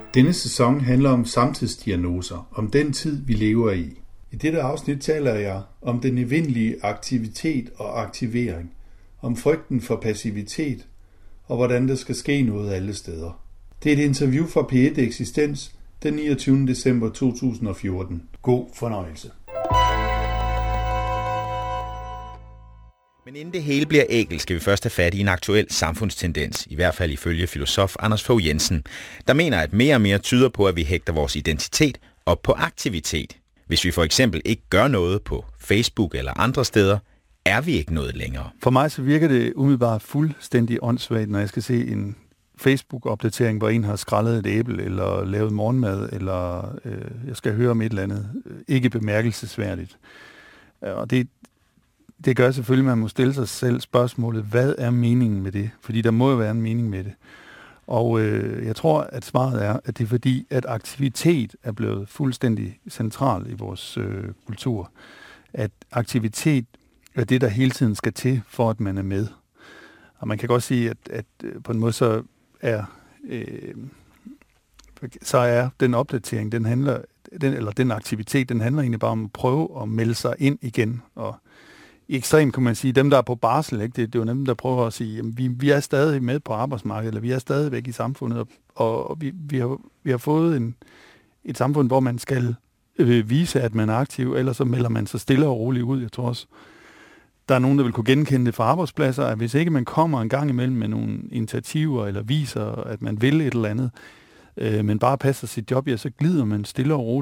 Denne sæson handler om samtidsdiagnoser, om den tid, vi lever i. I dette afsnit taler jeg om den evindelige aktivitet og aktivering, om frygten for passivitet og hvordan der skal ske noget alle steder. Det er et interview fra P1 Eksistens den 29. december 2014. God fornøjelse. Men inden det hele bliver ægelt, skal vi først have fat i en aktuel samfundstendens, i hvert fald ifølge filosof Anders Fogh Jensen, der mener, at mere og mere tyder på, at vi hægter vores identitet op på aktivitet. Hvis vi for eksempel ikke gør noget på Facebook eller andre steder, er vi ikke noget længere. For mig så virker det umiddelbart fuldstændig åndssvagt, når jeg skal se en Facebook-opdatering, hvor en har skrællet et æble, eller lavet morgenmad, eller jeg skal høre om et eller andet ikke bemærkelsesværdigt. Og det gør selvfølgelig, at man må stille sig selv spørgsmålet, hvad er meningen med det? Fordi der må jo være en mening med det. Og jeg tror, at svaret er, at det er fordi, at aktivitet er blevet fuldstændig central i vores kultur. At aktivitet er det, der hele tiden skal til, for at man er med. Og man kan godt sige, at på en måde så er den opdatering, den aktivitet, den handler egentlig bare om at prøve at melde sig ind igen. Og i ekstrem kan man sige, dem der er på barsel, ikke? Det er jo dem, der prøver at sige, jamen, vi er stadig med på arbejdsmarkedet, eller vi er stadig væk i samfundet, og vi har fået et samfund, hvor man skal vise, at man er aktiv, ellers så melder man sig stille og roligt ud. Jeg tror også, der er nogen, der vil kunne genkende det fra arbejdspladser, at hvis ikke man kommer en gang imellem med nogle initiativer, eller viser, at man vil et eller andet, men bare passer sit job, ja, så glider man stille og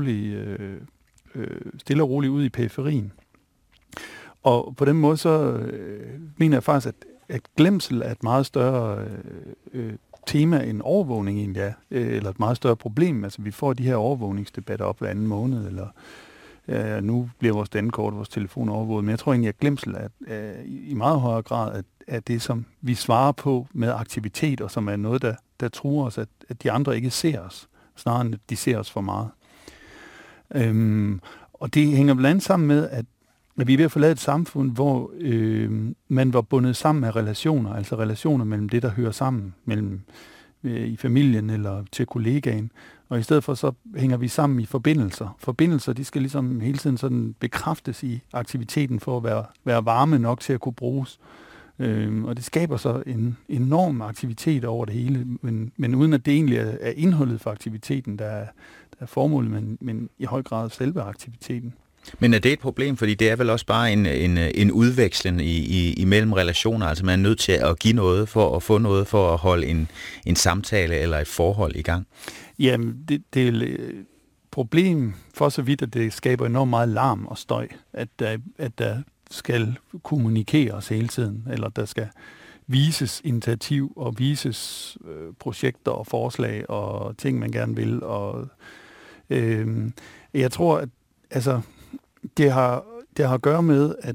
roligt ud i periferien. Og på den måde så mener jeg faktisk, at glemsel er et meget større tema end overvågning egentlig er, eller et meget større problem. Altså vi får de her overvågningsdebatter op hver anden måned, eller nu bliver vores dankort, vores telefon overvåget, men jeg tror egentlig, at glemsel er i meget højere grad er det, som vi svarer på med aktivitet, og som er noget, der truer os, at de andre ikke ser os, snarere end at de ser os for meget. Og det hænger blandt andet sammen med, at vi er ved at forlade et samfund, hvor man var bundet sammen af relationer, altså relationer mellem det, der hører sammen, mellem i familien eller til kollegaen, og i stedet for så hænger vi sammen i forbindelser. Forbindelser, de skal ligesom hele tiden sådan bekræftes i aktiviteten for at være varme nok til at kunne bruges. Og det skaber så en enorm aktivitet over det hele, men uden at det egentlig er indholdet for aktiviteten, der er formålet, men i høj grad selve aktiviteten. Men er det et problem? Fordi det er vel også bare en udveksling imellem relationer. Altså man er nødt til at give noget for at få noget, for at holde en samtale eller et forhold i gang. Jamen, det er et problem for så vidt, at det skaber enormt meget larm og støj. At der skal kommunikeres hele tiden, eller der skal vises initiativ og vises projekter og forslag og ting, man gerne vil. Og jeg tror, at det har at gøre med, at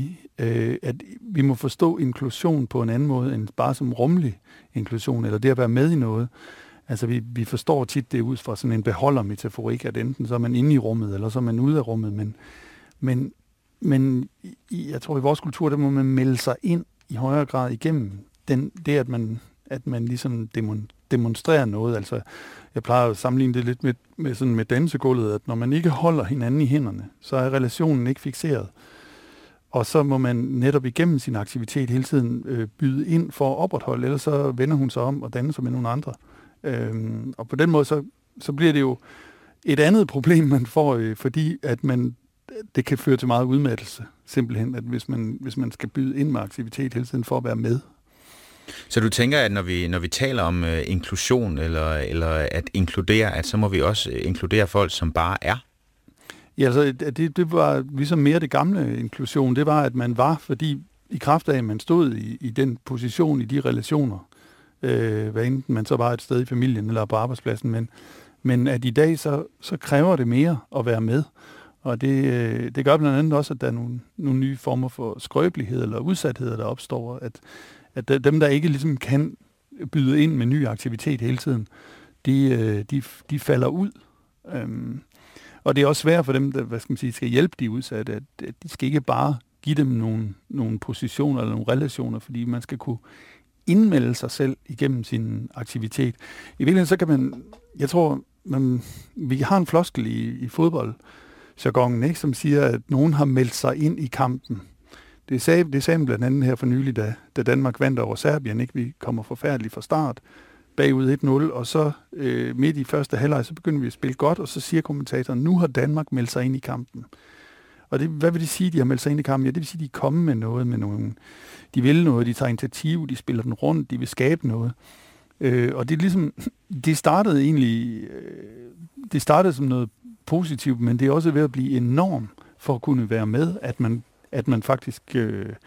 vi må forstå inklusion på en anden måde end bare som rummelig inklusion, eller det at være med i noget. Altså vi forstår tit det ud fra sådan en beholdermetaforik, at enten så er man inde i rummet, eller så er man ude af rummet, men jeg tror i vores kultur, der må man melde sig ind i højere grad igennem det, at man ligesom demonstrerer noget. Altså jeg plejer at sammenligne det lidt med dansegulvet, at når man ikke holder hinanden i hænderne, så er relationen ikke fikseret. Og så må man netop igennem sin aktivitet hele tiden byde ind for at opretholde, ellers så vender hun sig om og danser med nogle andre. Og på den måde, så bliver det jo et andet problem, man får, fordi at det kan føre til meget udmattelse, simpelthen, at hvis man skal byde ind med aktivitet hele tiden for at være med. Så du tænker, at når vi taler om inklusion eller at inkludere, at så må vi også inkludere folk, som bare er? Ja, altså det var ligesom mere det gamle inklusion. Det var, at man var, fordi i kraft af, at man stod i den position, i de relationer, hvad enten man så var et sted i familien eller på arbejdspladsen, men at i dag så kræver det mere at være med. Og det gør blandt andet også, at der er nogle nye former for skrøbelighed eller udsathed, der opstår, at dem, der ikke ligesom kan byde ind med ny aktivitet hele tiden, de falder ud. Og det er også svært for dem, der skal hjælpe de udsatte, at de skal ikke bare give dem nogle positioner eller nogle relationer, fordi man skal kunne indmelde sig selv igennem sin aktivitet. I virkeligheden så kan man, jeg tror, vi har en floskel i fodboldjargonen, ikke, som siger, at nogen har meldt sig ind i kampen. Det sagde man blandt andet her for nylig, da Danmark vandt over Serbien. Ikke? Vi kommer forfærdeligt fra start, bagud 1-0, og så midt i første halvleg, så begynder vi at spille godt, og så siger kommentatoren, nu har Danmark meldt sig ind i kampen. Og hvad vil det sige, de har meldt sig ind i kampen? Ja, det vil sige, de er kommet med noget, de vil noget, de tager initiativ, de spiller den rundt, de vil skabe noget. Og det er ligesom, det startede som noget positivt, men det er også ved at blive en norm for at kunne være med, at man faktisk,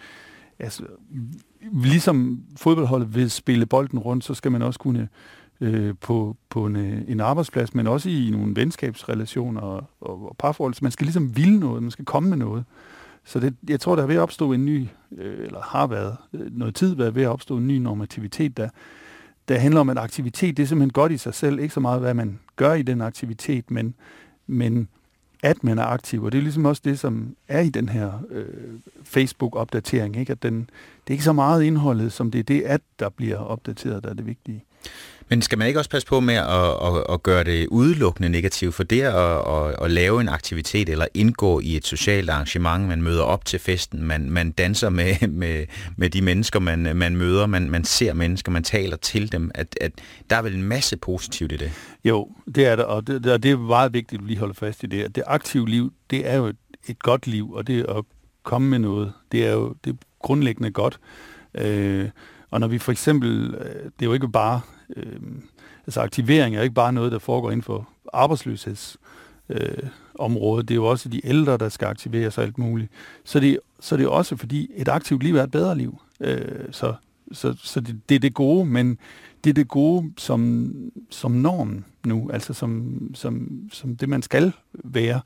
ligesom fodboldholdet vil spille bolden rundt, så skal man også kunne på en arbejdsplads, men også i nogle venskabsrelationer og parforhold. Så man skal ligesom ville noget, man skal komme med noget. Så jeg tror, der er ved at opstå en ny, eller har været noget tid været ved at opstå en ny normativitet, der handler om, at aktivitet, det er simpelthen godt i sig selv, ikke så meget, hvad man gør i den aktivitet, men at man er aktiv, og det er ligesom også det, som er i den her Facebook-opdatering, ikke? At det er ikke så meget indholdet, som det er det, at der bliver opdateret, der er det vigtige. Men skal man ikke også passe på med at gøre det udelukkende negativt? For det at lave en aktivitet eller indgå i et socialt arrangement, man møder op til festen, man danser med de mennesker, man møder, man ser mennesker, man taler til dem, at der er vel en masse positivt i det? Jo, det er der, og det er meget vigtigt at lige holde fast i det. At det aktive liv, det er jo et godt liv, og det at komme med noget, det er grundlæggende godt. Og når vi for eksempel, det er jo ikke bare, aktivering er ikke bare noget, der foregår inden for arbejdsløshedsområdet, det er jo også de ældre, der skal aktiveres og alt muligt. Så det er også, fordi et aktivt liv er et bedre liv. Så det er det gode, men det er det gode som norm nu, altså som det, man skal være.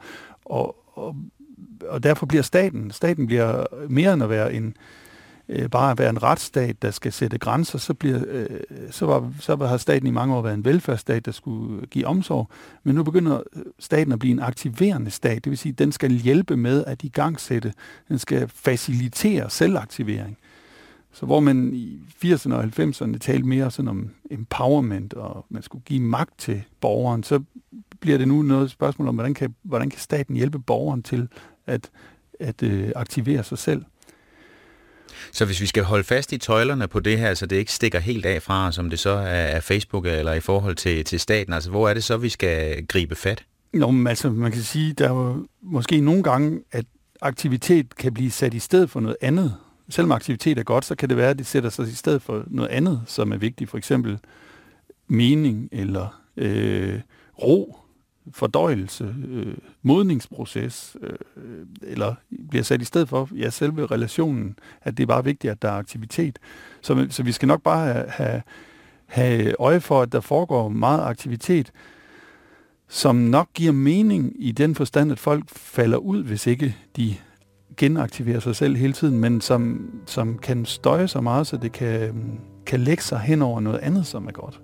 Og derfor bliver staten bliver mere end at være bare at være en retsstat, der skal sætte grænser, så har staten i mange år været en velfærdsstat, der skulle give omsorg, men nu begynder staten at blive en aktiverende stat, det vil sige, at den skal hjælpe med at igangsætte, den skal facilitere selvaktivering. Så hvor man i 80'erne og 90'erne talte mere sådan om empowerment, og man skulle give magt til borgeren, så bliver det nu noget spørgsmål om, hvordan kan staten hjælpe borgeren til at aktivere sig selv. Så hvis vi skal holde fast i tøjlerne på det her, så det ikke stikker helt af fra, som det så er Facebook eller i forhold til staten, altså hvor er det så, vi skal gribe fat? Nå, altså man kan sige, der er jo måske nogle gange, at aktivitet kan blive sat i stedet for noget andet. Selvom aktivitet er godt, så kan det være, at det sætter sig i stedet for noget andet, som er vigtigt. For eksempel mening eller ro, fordøjelse, modningsproces, eller bliver sat i stedet for selve relationen, at det er bare vigtigt, at der er aktivitet. Så vi skal nok bare have øje for, at der foregår meget aktivitet, som nok giver mening i den forstand, at folk falder ud, hvis ikke de genaktiverer sig selv hele tiden, men som kan støje så meget, så det kan lægge sig hen over noget andet, som er godt.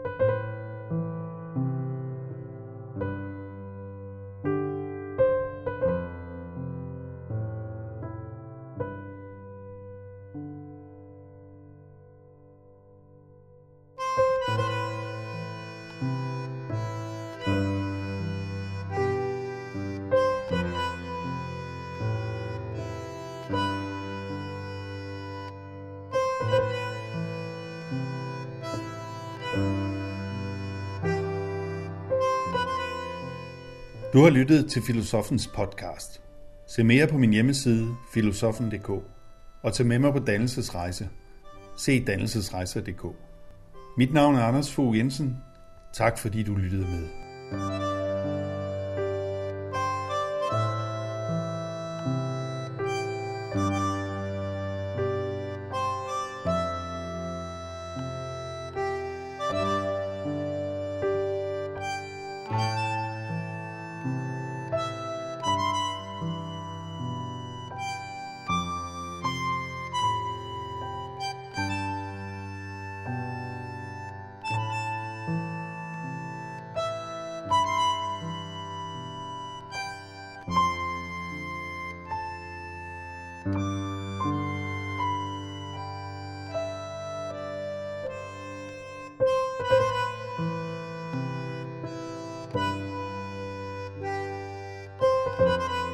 Du har lyttet til Filosofens podcast. Se mere på min hjemmeside filosofen.dk og tag med mig på dannelsesrejse. Se dannelsesrejser.dk. Mit navn er Anders Fogh Jensen. Tak fordi du lyttede med. thank you